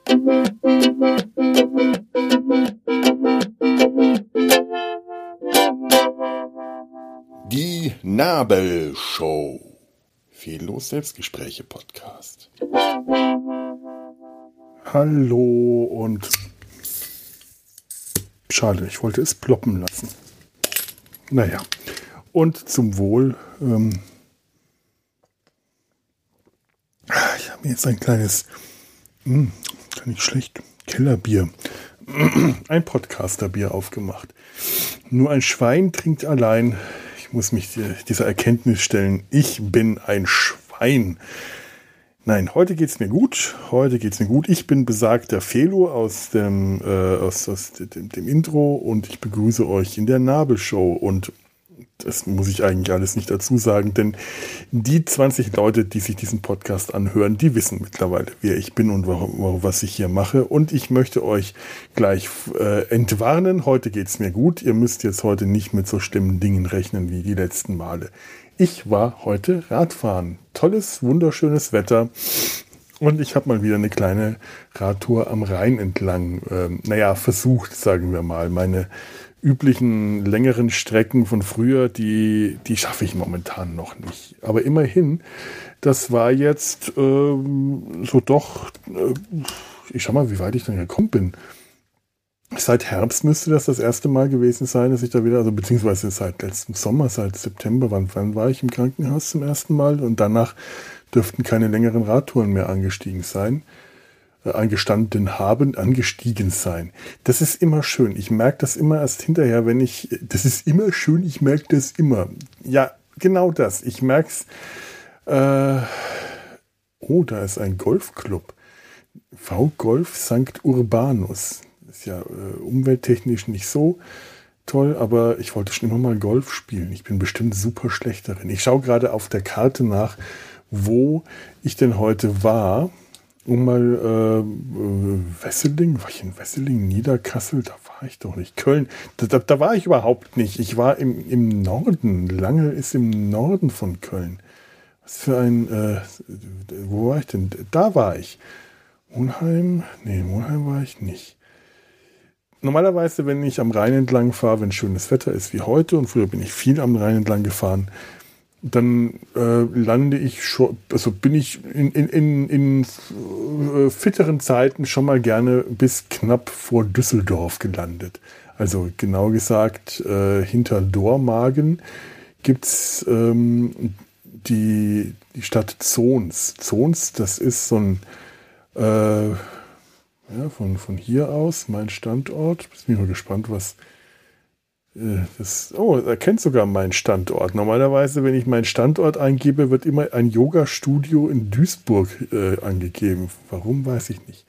Die Nabelshow. Fehllos Selbstgespräche Podcast. Hallo und schade, ich wollte es ploppen lassen. Naja, und zum Wohl. Ich habe mir jetzt ein kleines, kann nicht schlecht, Kellerbier, ein Podcasterbier aufgemacht. Nur ein Schwein trinkt allein. Ich muss mich dieser Erkenntnis stellen, ich bin ein Schwein. Nein, heute geht's mir gut. Ich bin besagter Felo aus dem Intro und ich begrüße euch in der Nabelshow. Und das muss ich eigentlich alles nicht dazu sagen, denn die 20 Leute, die sich diesen Podcast anhören, die wissen mittlerweile, wer ich bin und was ich hier mache. Und ich möchte euch gleich entwarnen, heute geht's mir gut. Ihr müsst jetzt heute nicht mit so schlimmen Dingen rechnen wie die letzten Male. Ich war heute Radfahren. Tolles, wunderschönes Wetter. Und ich habe mal wieder eine kleine Radtour am Rhein entlang, versucht, sagen wir mal. Meine üblichen längeren Strecken von früher, die schaffe ich momentan noch nicht. Aber immerhin, das war jetzt ich schau mal, wie weit ich dann gekommen bin. Seit Herbst müsste das erste Mal gewesen sein, dass ich da wieder, also beziehungsweise seit letztem Sommer, seit September, wann war ich im Krankenhaus zum ersten Mal? Und danach dürften keine längeren Radtouren mehr angestiegen sein. Angestiegen sein. Das ist immer schön. Ich merke das immer erst hinterher, das ist immer schön, ich merke das immer. Ja, genau das. Ich merke es. Da ist ein Golfclub. V-Golf St. Urbanus. Ist ja umwelttechnisch nicht so toll, aber ich wollte schon immer mal Golf spielen. Ich bin bestimmt super schlecht darin. Ich schaue gerade auf der Karte nach, wo ich denn heute war. Wesseling, war ich in Wesseling, Niederkassel, da war ich doch nicht. Köln, da war ich überhaupt nicht. Ich war im Norden, Lange ist im Norden von Köln. Was für wo war ich denn? Da war ich. Monheim war ich nicht. Normalerweise, wenn ich am Rhein entlang fahre, wenn schönes Wetter ist wie heute, und früher bin ich viel am Rhein entlang gefahren, dann lande ich schon, also bin ich in fitteren Zeiten schon mal gerne bis knapp vor Düsseldorf gelandet. Also genau gesagt, hinter Dormagen gibt's die Stadt Zons. Zons, das ist so ein von hier aus mein Standort. Bin mal gespannt, was er kennt sogar meinen Standort. Normalerweise, wenn ich meinen Standort eingebe, wird immer ein Yoga-Studio in Duisburg angegeben. Warum, weiß ich nicht.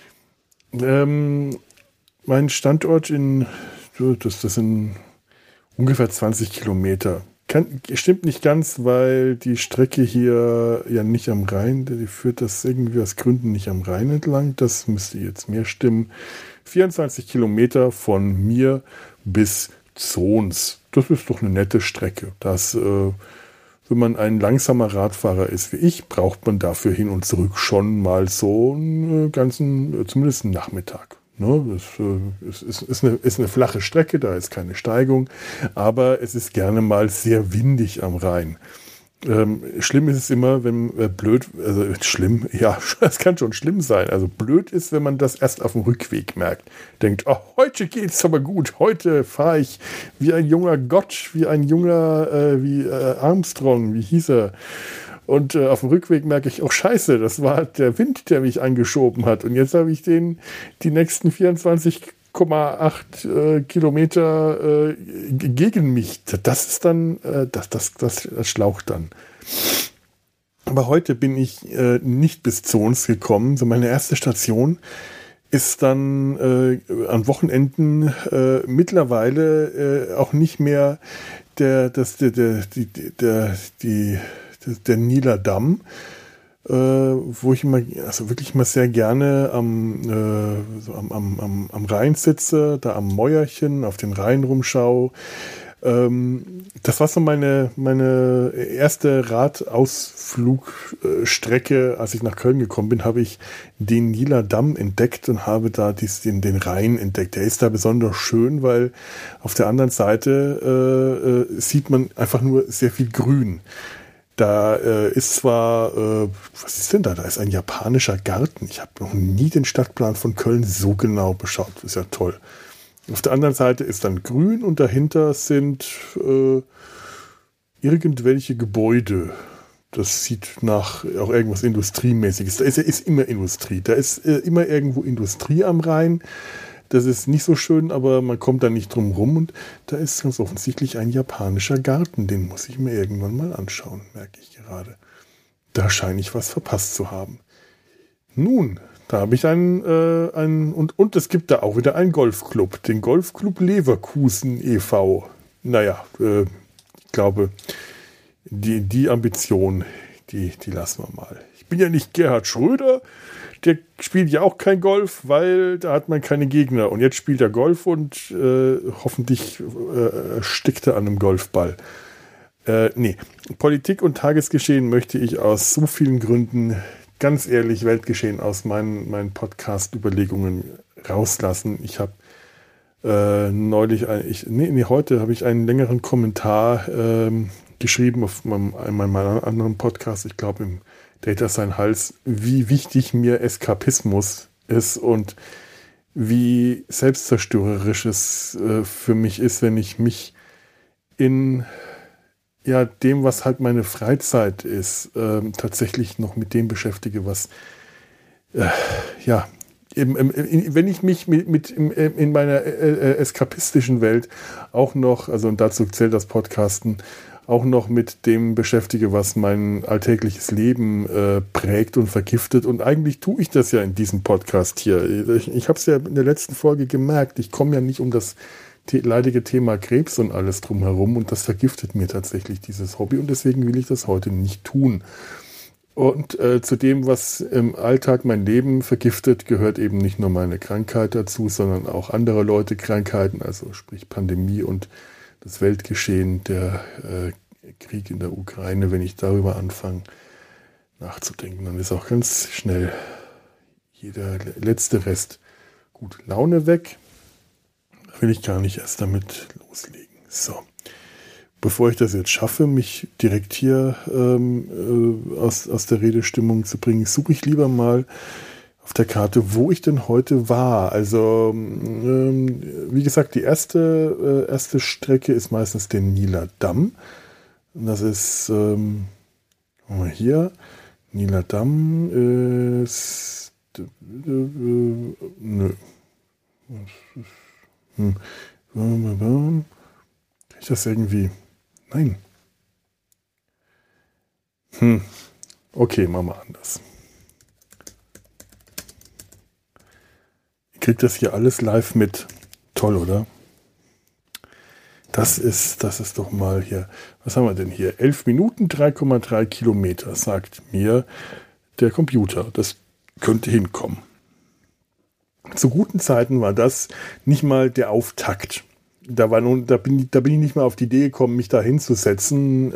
Mein Standort das sind ungefähr 20 Kilometer. Stimmt nicht ganz, weil die Strecke hier ja nicht am Rhein, die führt das irgendwie aus Gründen nicht am Rhein entlang. Das müsste jetzt mehr stimmen. 24 Kilometer von mir bis Zons. Das ist doch eine nette Strecke. Wenn man ein langsamer Radfahrer ist wie ich, braucht man dafür hin und zurück schon mal so einen zumindest einen Nachmittag. Ne? Es ist eine flache Strecke, da ist keine Steigung, aber es ist gerne mal sehr windig am Rhein. Schlimm ist es immer, wenn schlimm, ja, es kann schon schlimm sein. Also blöd ist, wenn man das erst auf dem Rückweg merkt. Denkt, heute geht's aber gut, heute fahre ich wie ein junger Gott, wie Armstrong, wie hieß er? Und auf dem Rückweg merke ich, scheiße, das war der Wind, der mich angeschoben hat. Und jetzt habe ich die nächsten 24,8 Kilometer gegen mich. Das ist dann, das schlaucht dann. Aber heute bin ich nicht bis Zons gekommen. So meine erste Station ist dann an Wochenenden mittlerweile auch nicht mehr der Nieler Damm, wo ich immer, also wirklich mal sehr gerne am Rhein sitze, da am Mäuerchen auf den Rhein rumschaue. Das war so meine erste Radausflugstrecke. Als ich nach Köln gekommen bin, habe ich den Nieler Damm entdeckt und habe da den Rhein entdeckt. Der ist da besonders schön, weil auf der anderen Seite sieht man einfach nur sehr viel Grün. Da ist zwar, was ist denn da? Da ist ein japanischer Garten. Ich habe noch nie den Stadtplan von Köln so genau beschaut. Das ist ja toll. Auf der anderen Seite ist dann grün und dahinter sind irgendwelche Gebäude. Das sieht nach auch irgendwas Industriemäßiges. Da ist immer Industrie. Da ist immer irgendwo Industrie am Rhein. Das ist nicht so schön, aber man kommt da nicht drum rum. Und da ist ganz offensichtlich ein japanischer Garten. Den muss ich mir irgendwann mal anschauen, merke ich gerade. Da scheine ich was verpasst zu haben. Nun, da habe ich und es gibt da auch wieder einen Golfclub, den Golfclub Leverkusen e.V. Naja, ich glaube, die Ambition, die lassen wir mal. Ich bin ja nicht Gerhard Schröder, der spielt ja auch kein Golf, weil da hat man keine Gegner. Und jetzt spielt er Golf und hoffentlich erstickt er an einem Golfball. Nee, Politik und Tagesgeschehen möchte ich aus so vielen Gründen, ganz ehrlich, Weltgeschehen aus meinen Podcast-Überlegungen rauslassen. Ich habe heute habe ich einen längeren Kommentar geschrieben auf meinem anderen Podcast, ich glaube im Data Sein Hals, wie wichtig mir Eskapismus ist und wie selbstzerstörerisch es für mich ist, wenn ich mich in dem, was halt meine Freizeit ist, tatsächlich noch mit dem beschäftige, was wenn ich mich in meiner eskapistischen Welt auch noch, also und dazu zählt das Podcasten, auch noch mit dem beschäftige, was mein alltägliches Leben prägt und vergiftet. Und eigentlich tue ich das ja in diesem Podcast hier. Ich habe es ja in der letzten Folge gemerkt, ich komme ja nicht um das leidige Thema Krebs und alles drumherum und das vergiftet mir tatsächlich dieses Hobby und deswegen will ich das heute nicht tun. Und zu dem, was im Alltag mein Leben vergiftet, gehört eben nicht nur meine Krankheit dazu, sondern auch andere Leute Krankheiten, also sprich Pandemie und das Weltgeschehen, der Krieg in der Ukraine. Wenn ich darüber anfange nachzudenken, dann ist auch ganz schnell jeder letzte Rest gut Laune weg. Will ich gar nicht erst damit loslegen. So, bevor ich das jetzt schaffe, mich direkt hier aus der Redestimmung zu bringen, suche ich lieber mal auf der Karte, wo ich denn heute war. Also, wie gesagt, die erste Strecke ist meistens der Nieler Damm. Und das ist, mal hier, Nieler Damm ist, nö. Kann ich das irgendwie? Nein. Okay, machen wir anders. Ihr kriegt das hier alles live mit. Toll, oder? Das ist doch mal hier. Was haben wir denn hier? 11 Minuten, 3,3 Kilometer, sagt mir der Computer. Das könnte hinkommen. Zu guten Zeiten war das nicht mal der Auftakt. Da bin ich nicht mal auf die Idee gekommen, mich da hinzusetzen.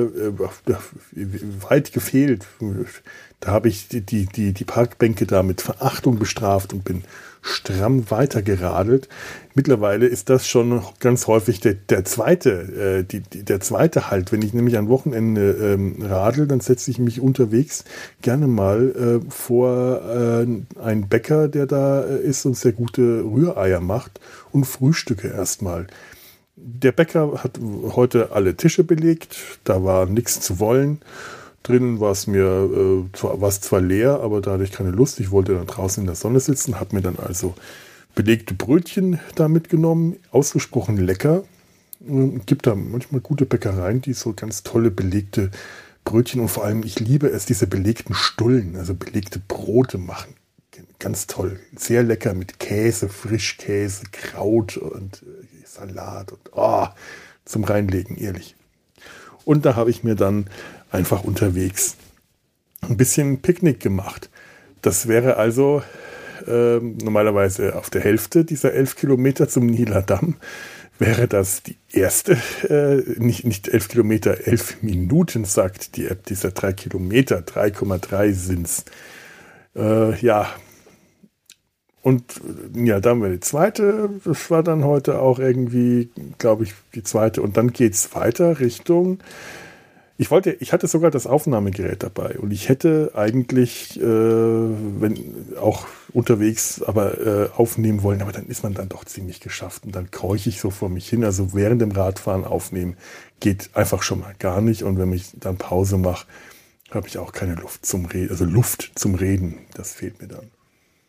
Weit gefehlt. Da habe ich die Parkbänke da mit Verachtung bestraft und bin stramm weitergeradelt. Mittlerweile ist das schon ganz häufig der zweite Halt. Wenn ich nämlich am Wochenende radel, dann setze ich mich unterwegs gerne mal vor einen Bäcker, der da ist und sehr gute Rühreier macht und frühstücke erstmal. Der Bäcker hat heute alle Tische belegt, da war nichts zu wollen. Drinnen war es zwar leer, aber da hatte ich keine Lust. Ich wollte dann draußen in der Sonne sitzen, habe mir dann also belegte Brötchen da mitgenommen, ausgesprochen lecker. Gibt da manchmal gute Bäckereien, die so ganz tolle belegte Brötchen und vor allem, ich liebe es, diese belegten Stullen, also belegte Brote machen. Ganz toll, sehr lecker mit Käse, Frischkäse, Kraut und Salat und zum Reinlegen, ehrlich. Und da habe ich mir dann einfach unterwegs ein bisschen Picknick gemacht. Das wäre normalerweise auf der Hälfte dieser 11 Kilometer zum Nieler Damm, wäre das die erste, nicht 11 Kilometer, 11 Minuten, sagt die App, dieser 3 Kilometer, 3,3 sind's. Ja. Und ja, dann war die zweite, das war dann heute auch irgendwie, glaube ich, die zweite. Und dann geht's weiter Richtung, ich hatte sogar das Aufnahmegerät dabei und ich hätte eigentlich, wenn auch unterwegs, aber aufnehmen wollen, aber dann ist man dann doch ziemlich geschafft und dann keuche ich so vor mich hin. Also während dem Radfahren aufnehmen geht einfach schon mal gar nicht und wenn ich dann Pause mache, habe ich auch keine Luft zum Reden, also Luft zum Reden, das fehlt mir dann.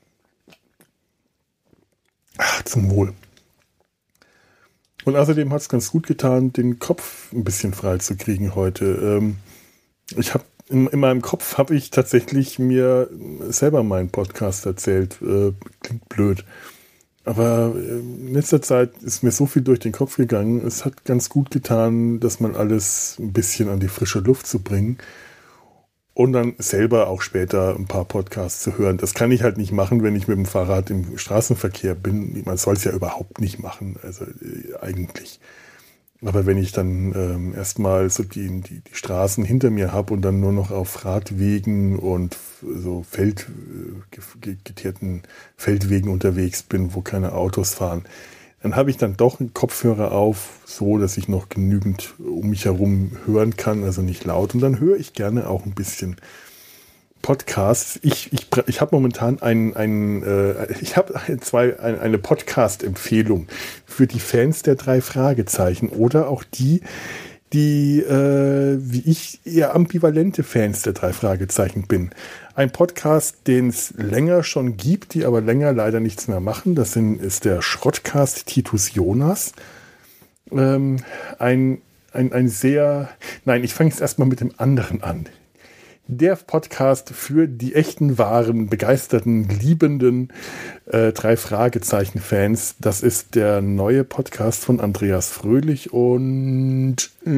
Ach, zum Wohl. Und außerdem hat es ganz gut getan, den Kopf ein bisschen frei zu kriegen heute. Ich habe in meinem Kopf habe ich tatsächlich mir selber meinen Podcast erzählt. Klingt blöd. Aber in letzter Zeit ist mir so viel durch den Kopf gegangen. Es hat ganz gut getan, das mal alles ein bisschen an die frische Luft zu bringen. Und dann selber auch später ein paar Podcasts zu hören. Das kann ich halt nicht machen, wenn ich mit dem Fahrrad im Straßenverkehr bin. Man soll es ja überhaupt nicht machen, also eigentlich. Aber wenn ich dann erstmal so die Straßen hinter mir habe und dann nur noch auf Radwegen und so geteerten Feldwegen unterwegs bin, wo keine Autos fahren, dann habe ich dann doch einen Kopfhörer auf, so dass ich noch genügend um mich herum hören kann, also nicht laut. Und dann höre ich gerne auch ein bisschen Podcasts. Ich habe momentan eine Podcast-Empfehlung für die Fans der 3 Fragezeichen oder auch die wie ich, eher ambivalente Fans der 3 Fragezeichen bin. Ein Podcast, den es länger schon gibt, die aber länger leider nichts mehr machen. Das ist der Schrottcast Titus Jonas. Ich fange jetzt erstmal mit dem anderen an. Der Podcast für die echten, wahren, begeisterten, liebenden 3 Fragezeichen-Fans. Das ist der neue Podcast von Andreas Fröhlich und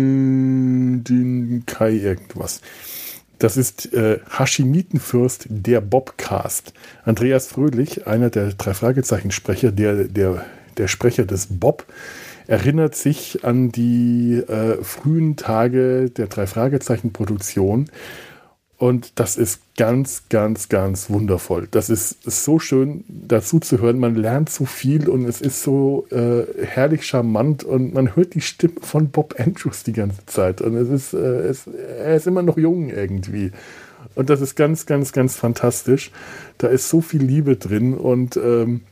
den Kai irgendwas. Das ist Haschimitenfürst, der Bobcast. Andreas Fröhlich, einer der 3 Fragezeichen-Sprecher, der Sprecher des Bob, erinnert sich an die frühen Tage der 3 Fragezeichen-Produktion. Und das ist ganz, ganz, ganz wundervoll. Das ist so schön dazu zu hören. Man lernt so viel und es ist so herrlich charmant und man hört die Stimme von Bob Andrews die ganze Zeit. Und er ist immer noch jung irgendwie. Und das ist ganz, ganz, ganz fantastisch. Da ist so viel Liebe drin und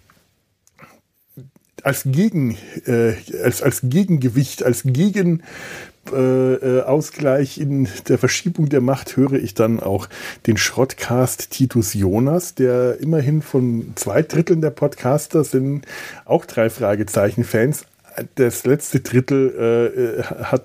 als Gegengewicht, als Ausgleich in der Verschiebung der Macht höre ich dann auch den Schrottcast Titus Jonas, der immerhin von 2/3 der Podcaster sind auch 3 Fragezeichen-Fans. Das letzte Drittel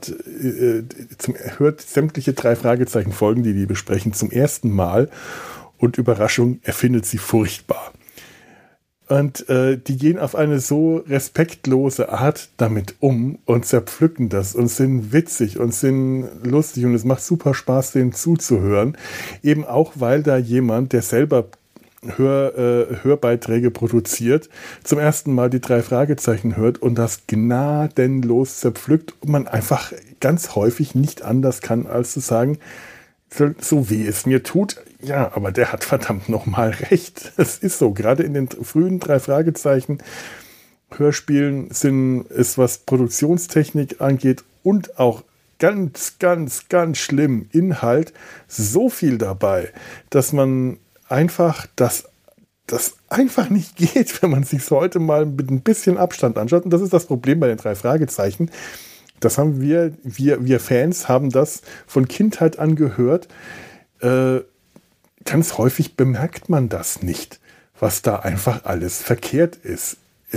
hört sämtliche 3 Fragezeichen-Folgen, die besprechen, zum ersten Mal. Und Überraschung, er findet sie furchtbar. Und die gehen auf eine so respektlose Art damit um und zerpflücken das und sind witzig und sind lustig und es macht super Spaß, denen zuzuhören. Eben auch, weil da jemand, der selber Hörbeiträge produziert, zum ersten Mal die 3 Fragezeichen hört und das gnadenlos zerpflückt und man einfach ganz häufig nicht anders kann, als zu sagen, so wie es mir tut, ja, aber der hat verdammt nochmal recht. Es ist so, gerade in den frühen 3 Fragezeichen Hörspielen ist, was Produktionstechnik angeht und auch ganz, ganz, ganz schlimm Inhalt, so viel dabei, dass man einfach das einfach nicht geht, wenn man sich heute mal mit ein bisschen Abstand anschaut. Und das ist das Problem bei den 3 Fragezeichen. Das haben wir Fans haben das von Kindheit an gehört. Ganz häufig bemerkt man das nicht, was da einfach alles verkehrt ist.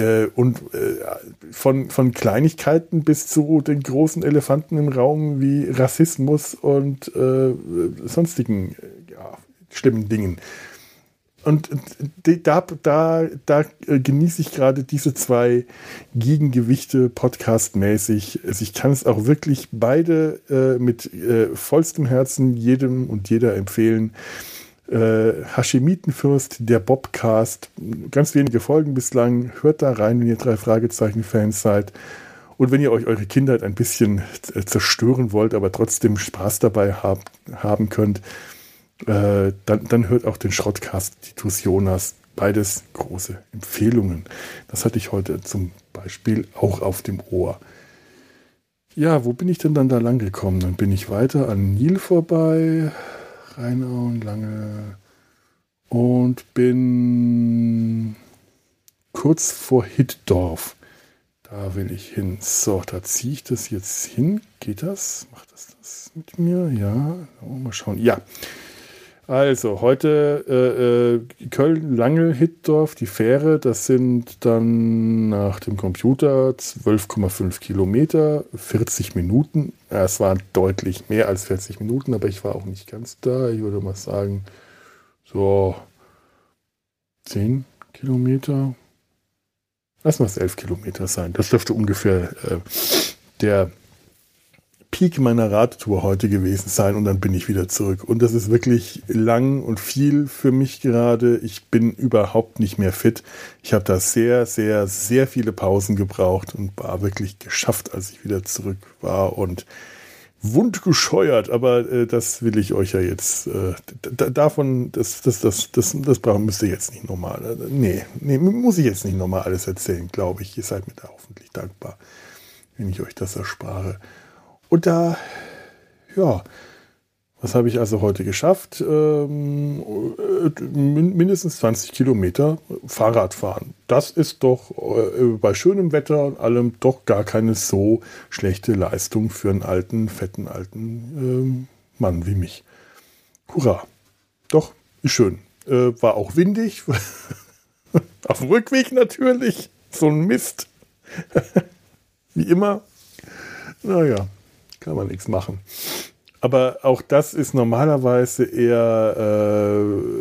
Von Kleinigkeiten bis zu den großen Elefanten im Raum wie Rassismus und sonstigen schlimmen Dingen. Und da genieße ich gerade diese 2 Gegengewichte podcastmäßig. Also ich kann es auch wirklich beide mit vollstem Herzen jedem und jeder empfehlen. Haschimitenfürst, der Bobcast, ganz wenige Folgen bislang. Hört da rein, wenn ihr 3 Fragezeichen-Fans seid. Und wenn ihr euch eure Kindheit ein bisschen zerstören wollt, aber trotzdem Spaß dabei haben könnt, dann hört auch den Schrottcast Titus Jonas. Beides große Empfehlungen. Das hatte ich heute zum Beispiel auch auf dem Ohr. Ja, wo bin ich denn dann da lang gekommen? Dann bin ich weiter an Nil vorbei, Rheinauen, Lange und bin kurz vor Hitdorf. Da will ich hin. So, da ziehe ich das jetzt hin. Geht das? Macht das mit mir? Ja, mal schauen. Ja. Also, heute Köln, Lange, Hitdorf, die Fähre, das sind dann nach dem Computer 12,5 Kilometer, 40 Minuten. Ja, es waren deutlich mehr als 40 Minuten, aber ich war auch nicht ganz da. Ich würde mal sagen, so 10 Kilometer. Lass mal 11 Kilometer sein. Das dürfte ungefähr der Peak meiner Radtour heute gewesen sein und dann bin ich wieder zurück. Und das ist wirklich lang und viel für mich gerade. Ich bin überhaupt nicht mehr fit. Ich habe da sehr, sehr, sehr viele Pausen gebraucht und war wirklich geschafft, als ich wieder zurück war und wundgescheuert. Aber das will ich euch ja jetzt davon, das müsst ihr jetzt nicht normal. Nee, muss ich jetzt nicht normal alles erzählen, glaube ich. Ihr seid mir da hoffentlich dankbar, wenn ich euch das erspare. Und da, ja, was habe ich also heute geschafft? Mindestens 20 Kilometer Fahrrad fahren. Das ist doch bei schönem Wetter und allem doch gar keine so schlechte Leistung für einen fetten alten Mann wie mich. Hurra. Doch, ist schön. War auch windig. Auf dem Rückweg natürlich. So ein Mist. Wie immer. Naja. Kann man nichts machen. Aber auch das ist normalerweise eher,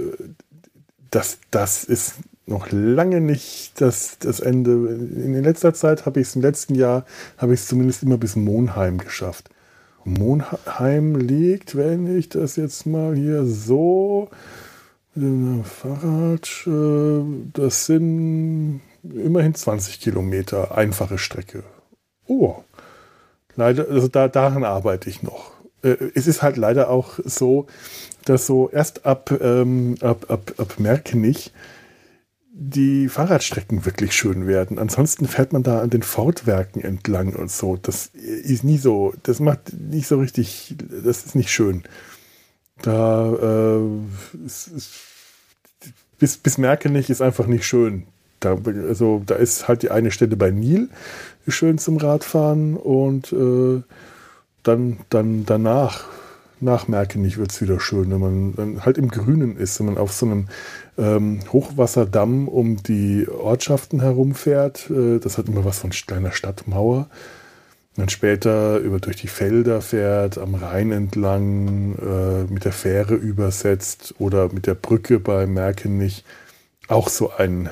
das ist noch lange nicht das Ende. In letzter Zeit habe ich es, im letzten Jahr habe ich es zumindest immer bis Monheim geschafft. Monheim liegt, wenn ich das jetzt mal hier so mit dem Fahrrad, das sind immerhin 20 Kilometer einfache Strecke. Oh, leider, also daran arbeite ich noch. Es ist halt leider auch so, dass so erst ab Merkenich die Fahrradstrecken wirklich schön werden. Ansonsten fährt man da an den Fortwerken entlang und so. Das ist nie so, das macht nicht so richtig, das ist nicht schön. Da bis Merkenich ist einfach nicht schön. Da ist halt die eine Stelle bei Nil schön zum Radfahren und dann danach, nach Merkenich wird es wieder schön, wenn man dann halt im Grünen ist, wenn man auf so einem Hochwasserdamm um die Ortschaften herumfährt. Das hat immer was von kleiner Stadtmauer. Und dann später durch die Felder fährt, am Rhein entlang, mit der Fähre übersetzt oder mit der Brücke bei Merkenich. Auch so ein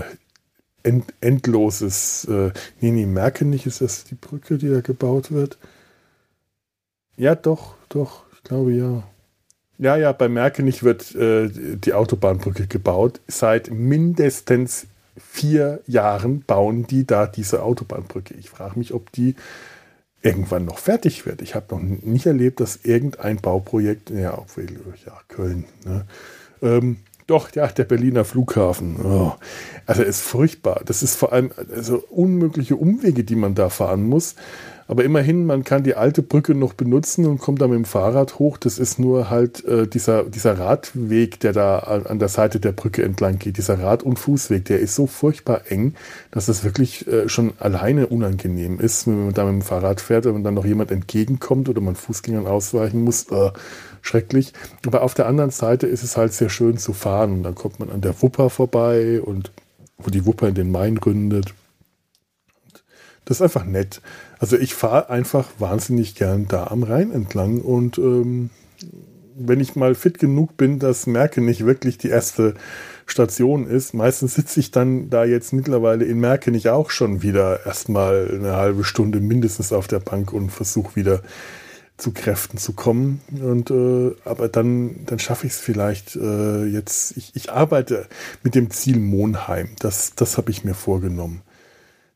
endloses, Merkenich ist das die Brücke, die da gebaut wird. Ja, doch, ich glaube ja. Ja, bei Merkenich wird die Autobahnbrücke gebaut. Seit mindestens 4 Jahren bauen die da diese Autobahnbrücke. Ich frage mich, ob die irgendwann noch fertig wird. Ich habe noch nicht erlebt, dass irgendein Bauprojekt, Köln, ne? Doch, ja, der Berliner Flughafen. Oh. Also ist furchtbar. Das ist vor allem unmögliche Umwege, die man da fahren muss. Aber immerhin, man kann die alte Brücke noch benutzen und kommt da mit dem Fahrrad hoch. Das ist nur halt dieser Radweg, der da an der Seite der Brücke entlang geht. Dieser Rad- und Fußweg, der ist so furchtbar eng, dass es wirklich schon alleine unangenehm ist, wenn man da mit dem Fahrrad fährt, wenn dann noch jemand entgegenkommt oder man Fußgängern ausweichen muss. Schrecklich. Aber auf der anderen Seite ist es halt sehr schön zu fahren. Und dann kommt man an der Wupper vorbei und wo die Wupper in den Main ründet. Das ist einfach nett. Also ich fahre einfach wahnsinnig gern da am Rhein entlang und wenn ich mal fit genug bin, dass Merkenich wirklich die erste Station ist, meistens sitze ich dann da jetzt mittlerweile in Merkenich auch schon wieder erstmal eine halbe Stunde mindestens auf der Bank und versuche wieder zu Kräften zu kommen. Und aber dann schaffe ich es vielleicht jetzt. Ich arbeite mit dem Ziel Monheim. Das habe ich mir vorgenommen.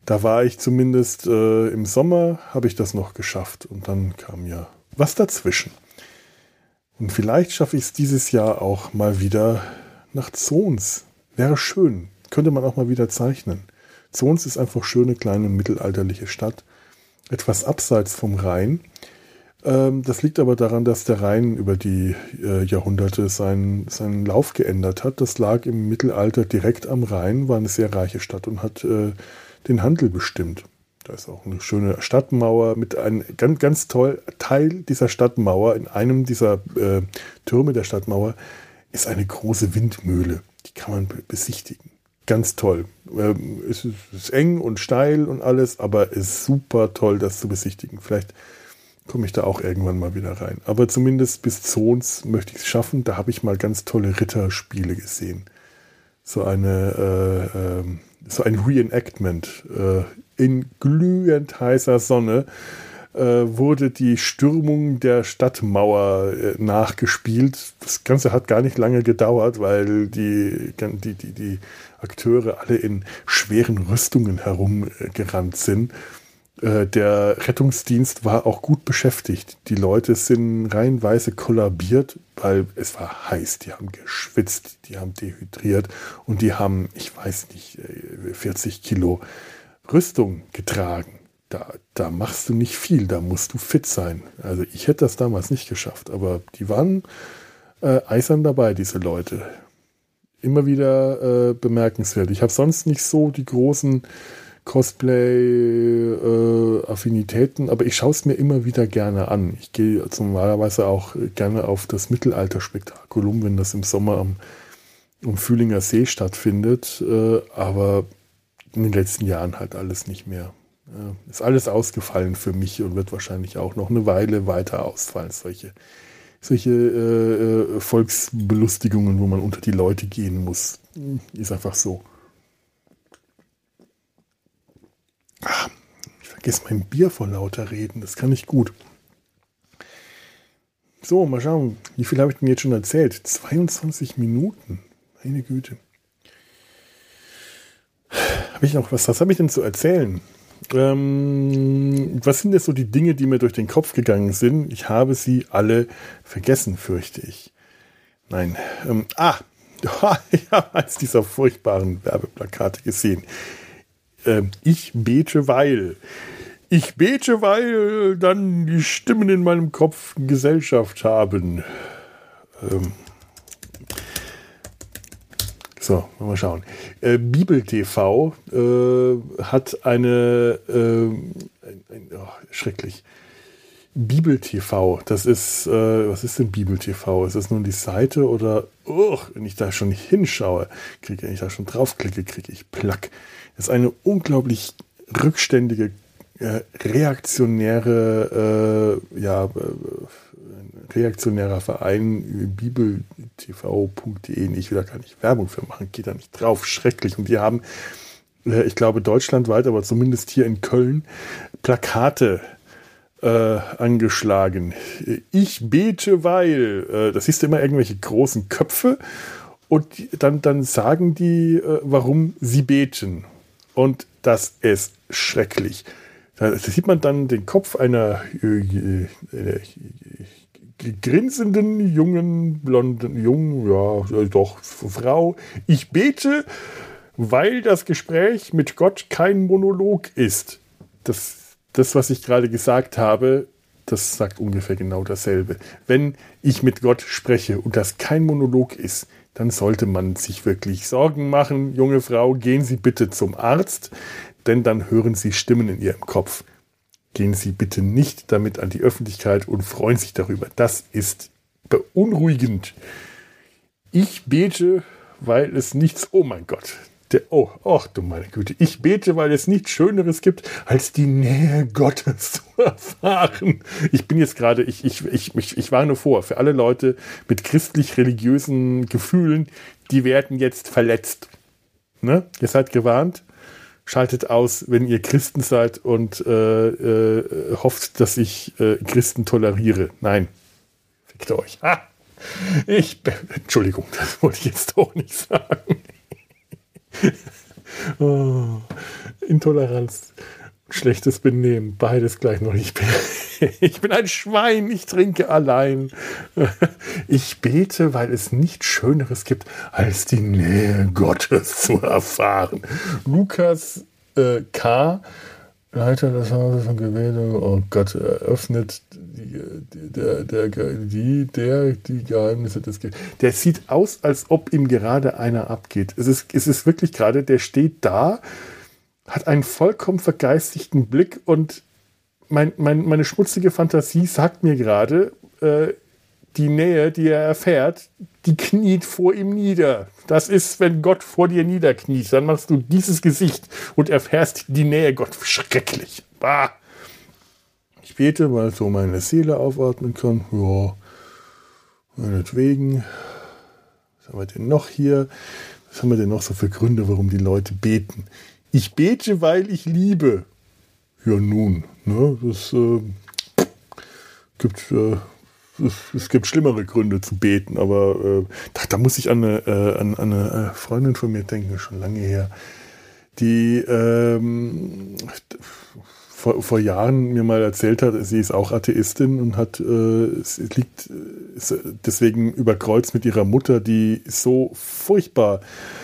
Da war ich zumindest im Sommer, habe ich das noch geschafft. Und dann kam ja was dazwischen. Und vielleicht schaffe ich es dieses Jahr auch mal wieder nach Zons. Wäre schön. Könnte man auch mal wieder zeichnen. Zons ist einfach schöne, kleine, mittelalterliche Stadt. Etwas abseits vom Rhein. Das liegt aber daran, dass der Rhein über die Jahrhunderte seinen Lauf geändert hat. Das lag im Mittelalter direkt am Rhein, war eine sehr reiche Stadt und hat den Handel bestimmt. Da ist auch eine schöne Stadtmauer mit einem ganz toll Teil dieser Stadtmauer. In einem dieser Türme der Stadtmauer ist eine große Windmühle. Die kann man besichtigen. Ganz toll. Es ist eng und steil und alles, aber es ist super toll, das zu besichtigen. Vielleicht komme ich da auch irgendwann mal wieder rein. Aber zumindest bis Zons möchte ich es schaffen. Da habe ich mal ganz tolle Ritterspiele gesehen. So ein Reenactment. In glühend heißer Sonne wurde die Stürmung der Stadtmauer nachgespielt. Das Ganze hat gar nicht lange gedauert, weil die Akteure alle in schweren Rüstungen herumgerannt sind. Der Rettungsdienst war auch gut beschäftigt. Die Leute sind reihenweise kollabiert, weil es war heiß. Die haben geschwitzt, die haben dehydriert und die haben, ich weiß nicht, 40 Kilo Rüstung getragen. Da machst du nicht viel, da musst du fit sein. Also ich hätte das damals nicht geschafft, aber die waren eisern dabei, diese Leute. Immer wieder bemerkenswert. Ich habe sonst nicht so die großen Cosplay-Affinitäten, aber ich schaue es mir immer wieder gerne an. Ich gehe normalerweise auch gerne auf das Mittelalter-Spektakulum, wenn das im Sommer am Fühlinger See stattfindet, aber in den letzten Jahren halt alles nicht mehr. Ist alles ausgefallen für mich und wird wahrscheinlich auch noch eine Weile weiter ausfallen. Solche Volksbelustigungen, wo man unter die Leute gehen muss, ist einfach so. Ich vergesse mein Bier vor lauter Reden, das kann ich gut. So, mal schauen, wie viel habe ich denn jetzt schon erzählt? 22 Minuten, meine Güte. Was habe ich denn zu erzählen? Was sind jetzt so die Dinge, die mir durch den Kopf gegangen sind? Ich habe sie alle vergessen, fürchte ich. Nein. Ich habe eins dieser furchtbaren Werbeplakate gesehen. Ich bete, weil dann die Stimmen in meinem Kopf Gesellschaft haben. So, mal schauen. Bibel TV hat schrecklich. Bibel TV, das ist, was ist denn Bibel TV? Ist das nun die Seite oder, wenn ich da schon hinschaue, wenn ich da schon draufklicke, kriege ich Plack. Das ist eine unglaublich rückständige, reaktionärer Verein, bibeltv.de. Ich will da gar nicht Werbung für machen, geht da nicht drauf, schrecklich. Und die haben, ich glaube deutschlandweit, aber zumindest hier in Köln, Plakate angeschlagen. Ich bete, weil, das siehst du immer irgendwelche großen Köpfe und dann sagen die, warum sie beten. Und das ist schrecklich. Da sieht man dann den Kopf einer grinsenden, Frau. Ich bete, weil das Gespräch mit Gott kein Monolog ist. Das, was ich gerade gesagt habe, das sagt ungefähr genau dasselbe. Wenn ich mit Gott spreche und das kein Monolog ist, dann sollte man sich wirklich Sorgen machen. Junge Frau, gehen Sie bitte zum Arzt, denn dann hören Sie Stimmen in Ihrem Kopf. Gehen Sie bitte nicht damit an die Öffentlichkeit und freuen sich darüber. Das ist beunruhigend. Ich bete, weil es nichts... Oh mein Gott. Du meine Güte. Ich bete, weil es nichts Schöneres gibt, als die Nähe Gottes zu erfahren. Ich bin jetzt gerade... Ich warne vor, für alle Leute mit christlich-religiösen Gefühlen, die werden jetzt verletzt. Ne? Ihr seid gewarnt. Schaltet aus, wenn ihr Christen seid und hofft, dass ich Christen toleriere. Nein, fickt euch. Entschuldigung, das wollte ich jetzt doch nicht sagen. Intoleranz, schlechtes Benehmen, beides gleich noch. Ich bin ein Schwein, ich trinke allein. Ich bete, weil es nichts Schöneres gibt, als die Nähe Gottes zu erfahren. Lukas K., Leiter des Hauses von Gebete, oh Gott, eröffnet die Geheimnisse des Gebets. Der sieht aus, als ob ihm gerade einer abgeht. Es ist wirklich gerade, der steht da, hat einen vollkommen vergeistigten Blick und meine schmutzige Fantasie sagt mir gerade, die Nähe, die er erfährt, die kniet vor ihm nieder. Das ist, wenn Gott vor dir niederkniet, dann machst du dieses Gesicht und erfährst die Nähe Gott. Schrecklich. Bah. Ich bete, weil so meine Seele aufatmen kann. Ja, meinetwegen. Was haben wir denn noch hier? Was haben wir denn noch so für Gründe, warum die Leute beten? Ich bete, weil ich liebe. Ja nun, ne, es gibt schlimmere Gründe zu beten, aber da muss ich an eine Freundin von mir denken, schon lange her, die vor Jahren mir mal erzählt hat, sie ist auch Atheistin und liegt deswegen überkreuzt mit ihrer Mutter, die so furchtbar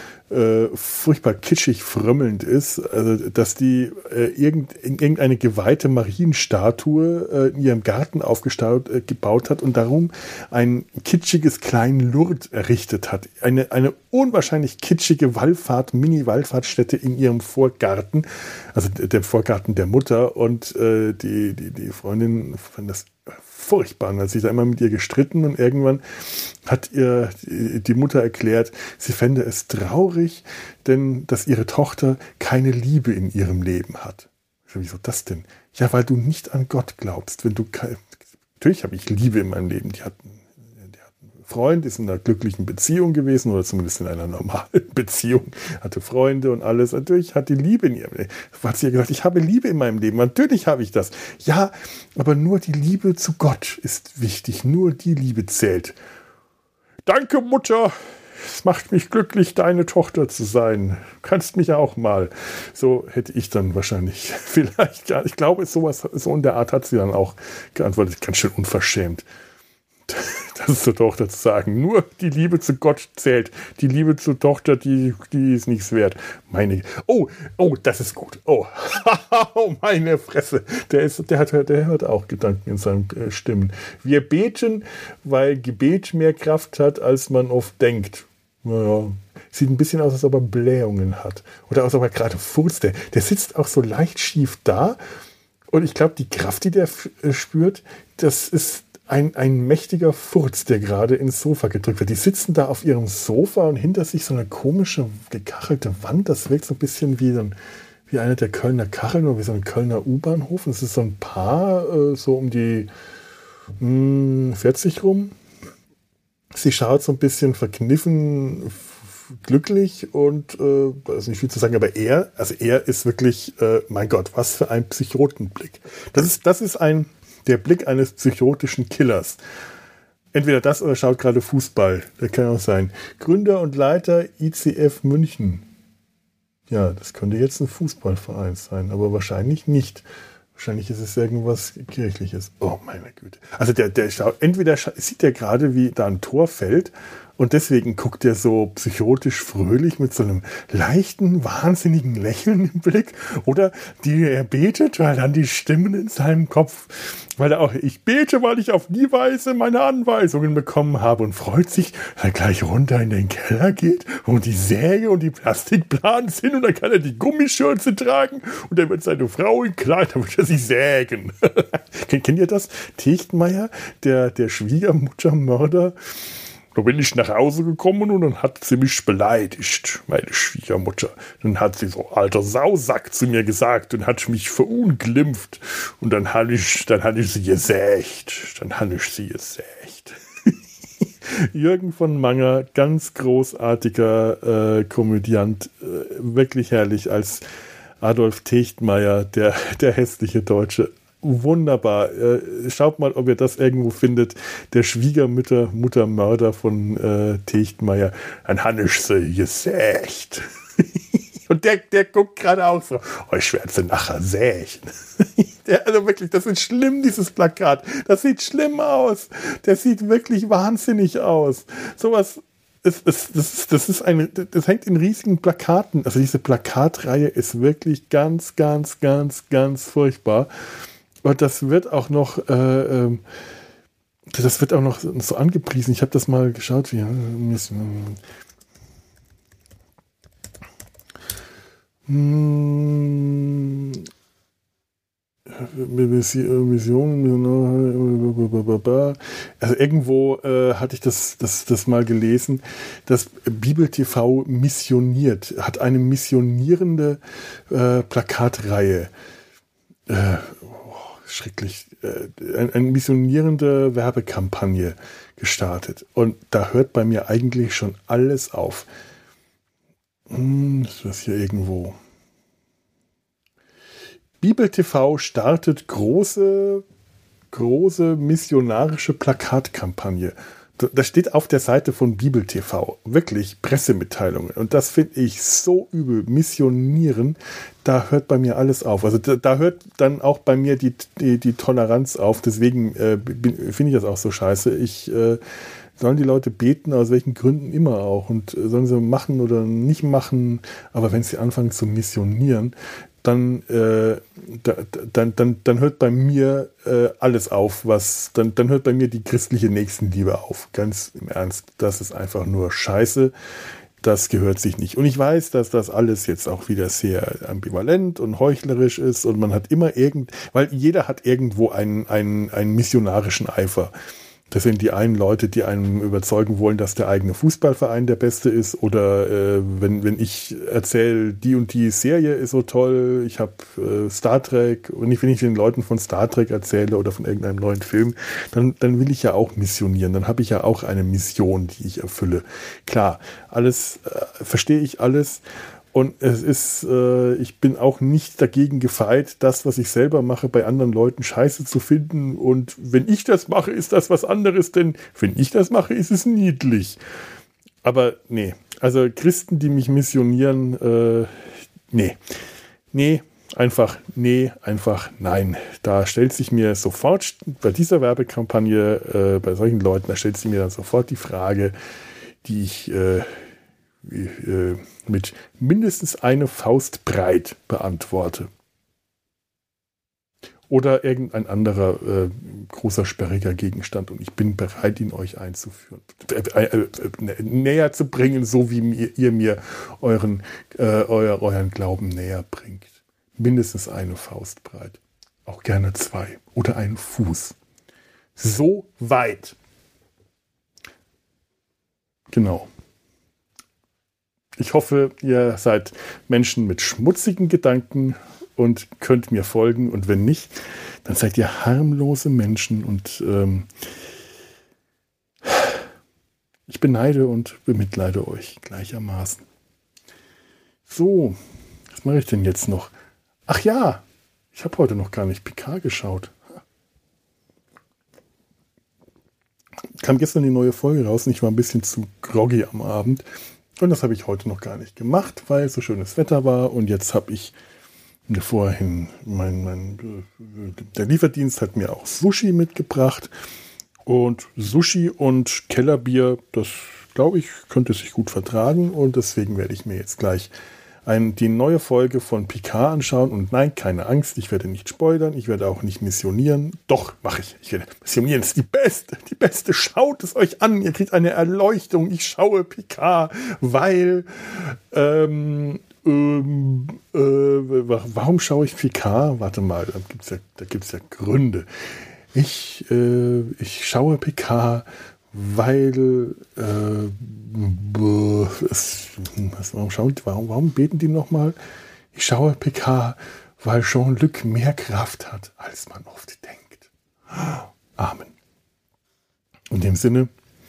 kitschig frömmelnd ist, also dass die irgendeine geweihte Marienstatue in ihrem Garten gebaut hat und darum ein kitschiges kleinen Lourdes errichtet hat. Eine unwahrscheinlich kitschige Mini-Wallfahrtsstätte in ihrem Vorgarten, also der Vorgarten der Mutter, und die Freundin fand das furchtbar. Und hat sich da immer mit ihr gestritten und irgendwann hat ihr die Mutter erklärt, sie fände es traurig, denn dass ihre Tochter keine Liebe in ihrem Leben hat. Wieso das denn? Ja, weil du nicht an Gott glaubst. Natürlich habe ich Liebe in meinem Leben. Die hat einen Freund, ist in einer glücklichen Beziehung gewesen oder zumindest in einer normalen Beziehung, hatte Freunde und alles. Natürlich hat die Liebe in ihrem Leben. Hat sie ja gesagt, ich habe Liebe in meinem Leben. Natürlich habe ich das. Ja, aber nur die Liebe zu Gott ist wichtig. Nur die Liebe zählt. Danke, Mutter. Es macht mich glücklich, deine Tochter zu sein. Du kannst mich auch mal. So hätte ich dann wahrscheinlich vielleicht gar nicht. Ich glaube, so in der Art hat sie dann auch geantwortet. Ganz schön unverschämt. Das ist zur Tochter zu sagen. Nur die Liebe zu Gott zählt. Die Liebe zur Tochter, die ist nichts wert. Oh, das ist gut. Oh, meine Fresse. Der hört auch Gedanken in seinen Stimmen. Wir beten, weil Gebet mehr Kraft hat, als man oft denkt. Naja, sieht ein bisschen aus, als ob er Blähungen hat. Oder als ob er gerade furzt. Der sitzt auch so leicht schief da. Und ich glaube, die Kraft, die der spürt, das ist ein mächtiger Furz, der gerade ins Sofa gedrückt wird. Die sitzen da auf ihrem Sofa und hinter sich so eine komische, gekachelte Wand. Das wirkt so ein bisschen wie eine der Kölner Kacheln oder wie so ein Kölner U-Bahnhof. Es ist so ein Paar, so um die 40 rum. Sie schaut so ein bisschen verkniffen, glücklich und da ist nicht viel zu sagen, aber er ist wirklich, mein Gott, was für ein Psychotenblick. Das ist der Blick eines psychotischen Killers. Entweder das oder schaut gerade Fußball. Das kann auch sein. Gründer und Leiter ICF München. Ja, das könnte jetzt ein Fußballverein sein, aber wahrscheinlich nicht. Wahrscheinlich ist es irgendwas Kirchliches. Oh, meine Güte. Also entweder sieht er gerade, wie da ein Tor fällt und deswegen guckt er so psychotisch fröhlich mit so einem leichten, wahnsinnigen Lächeln im Blick, oder er betet, weil dann die Stimmen in seinem Kopf, ich bete, weil ich auf die Weise meine Anweisungen bekommen habe, und freut sich, weil er gleich runter in den Keller geht, wo die Säge und die Plastikplanen sind, und dann kann er die Gummischürze tragen und dann wird seine Frau in Kleid, dann wird er sie sägen. Kennt ihr das? Techtmeier, der Schwiegermuttermörder. Da bin ich nach Hause gekommen und dann hat sie mich beleidigt, meine Schwiegermutter. Dann hat sie so, alter Sausack, zu mir gesagt und hat mich verunglimpft. Und dann habe ich sie gesägt. Jürgen von Manger, ganz großartiger Komödiant, wirklich herrlich als Adolf Techtmeier, der hässliche Deutsche. Wunderbar. Schaut mal, ob ihr das irgendwo findet. Der Schwiegermuttermörder von Techtmeier. Ein Hannisch sie gesägt. Und der guckt gerade auch so, oh, ich werde sie nachher sägen. Also wirklich, das ist schlimm, dieses Plakat. Das sieht schlimm aus. Der sieht wirklich wahnsinnig aus. Sowas, das hängt in riesigen Plakaten. Also diese Plakatreihe ist wirklich ganz, ganz, ganz, ganz furchtbar. Und das wird auch noch so angepriesen. Ich habe das mal geschaut. Also irgendwo hatte ich das mal gelesen, dass Bibel TV missioniert, hat eine missionierende Plakatreihe. Schrecklich. Eine missionierende Werbekampagne gestartet. Und da hört bei mir eigentlich schon alles auf. Das ist hier irgendwo. Bibel TV startet große missionarische Plakatkampagne. Das steht auf der Seite von Bibel TV. Wirklich Pressemitteilungen. Und das finde ich so übel. Missionieren, da hört bei mir alles auf. Also da hört dann auch bei mir die Toleranz auf. Deswegen finde ich das auch so scheiße. Sollen die Leute beten, aus welchen Gründen immer auch. Und sollen sie machen oder nicht machen. Aber wenn sie anfangen zu missionieren, dann hört bei mir alles auf, dann hört bei mir die christliche Nächstenliebe auf. Ganz im Ernst, das ist einfach nur Scheiße. Das gehört sich nicht. Und ich weiß, dass das alles jetzt auch wieder sehr ambivalent und heuchlerisch ist und man hat immer weil jeder hat irgendwo einen missionarischen Eifer. Das sind die einen Leute, die einem überzeugen wollen, dass der eigene Fußballverein der beste ist. Oder wenn ich erzähle, die und die Serie ist so toll, ich habe Star Trek, und wenn ich den Leuten von Star Trek erzähle oder von irgendeinem neuen Film, dann will ich ja auch missionieren. Dann habe ich ja auch eine Mission, die ich erfülle. Klar, alles verstehe ich alles. Und es ist, ich bin auch nicht dagegen gefeit, das, was ich selber mache, bei anderen Leuten scheiße zu finden. Und wenn ich das mache, ist das was anderes, denn wenn ich das mache, ist es niedlich. Aber nee, also Christen, die mich missionieren, einfach nein. Da stellt sich mir sofort, bei dieser Werbekampagne, bei solchen Leuten, da stellt sich mir dann sofort die Frage, die ich mit mindestens eine Faust breit beantworte. Oder irgendein anderer großer, sperriger Gegenstand. Und ich bin bereit, ihn euch einzuführen. Näher zu bringen, so wie ihr mir euren Glauben näher bringt. Mindestens eine Faust breit. Auch gerne 2. Oder einen Fuß. So weit. Genau. Ich hoffe, ihr seid Menschen mit schmutzigen Gedanken und könnt mir folgen. Und wenn nicht, dann seid ihr harmlose Menschen. Und ich beneide und bemitleide euch gleichermaßen. So, was mache ich denn jetzt noch? Ach ja, ich habe heute noch gar nicht PK geschaut. Kam gestern die neue Folge raus und ich war ein bisschen zu groggy am Abend. Und das habe ich heute noch gar nicht gemacht, weil so schönes Wetter war. Und jetzt habe ich mir vorhin, der Lieferdienst hat mir auch Sushi mitgebracht. Und Sushi und Kellerbier, das glaube ich, könnte sich gut vertragen. Und deswegen werde ich mir jetzt gleich die neue Folge von Picard anschauen. Und nein, keine Angst, ich werde nicht spoilern, ich werde auch nicht missionieren. Doch, mache ich. Ich werde missionieren, das ist die beste. Schaut es euch an, ihr kriegt eine Erleuchtung. Ich schaue Picard, weil, warum schaue ich Picard? Warte mal, da gibt's ja Gründe. Ich schaue Picard, weil warum beten die nochmal? Ich schaue Picard, weil Jean-Luc mehr Kraft hat, als man oft denkt. Amen. In dem Sinne,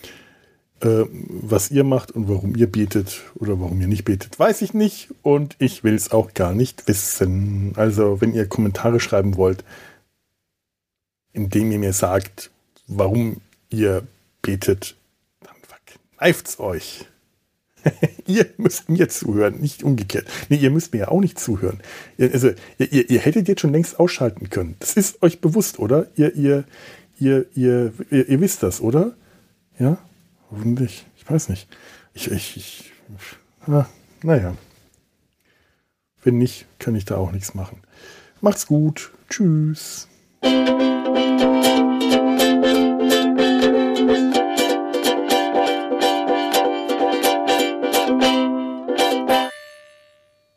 was ihr macht und warum ihr betet oder warum ihr nicht betet, weiß ich nicht und ich will es auch gar nicht wissen. Also, wenn ihr Kommentare schreiben wollt, indem ihr mir sagt, warum ihr betet, dann verkneift's euch. Ihr müsst mir zuhören, nicht umgekehrt. Nee, ihr müsst mir ja auch nicht zuhören. Also, ihr hättet jetzt schon längst ausschalten können. Das ist euch bewusst, oder? Ihr wisst das, oder? Ja? Hoffentlich. Ich weiß nicht. Naja. Wenn nicht, kann ich da auch nichts machen. Macht's gut. Tschüss.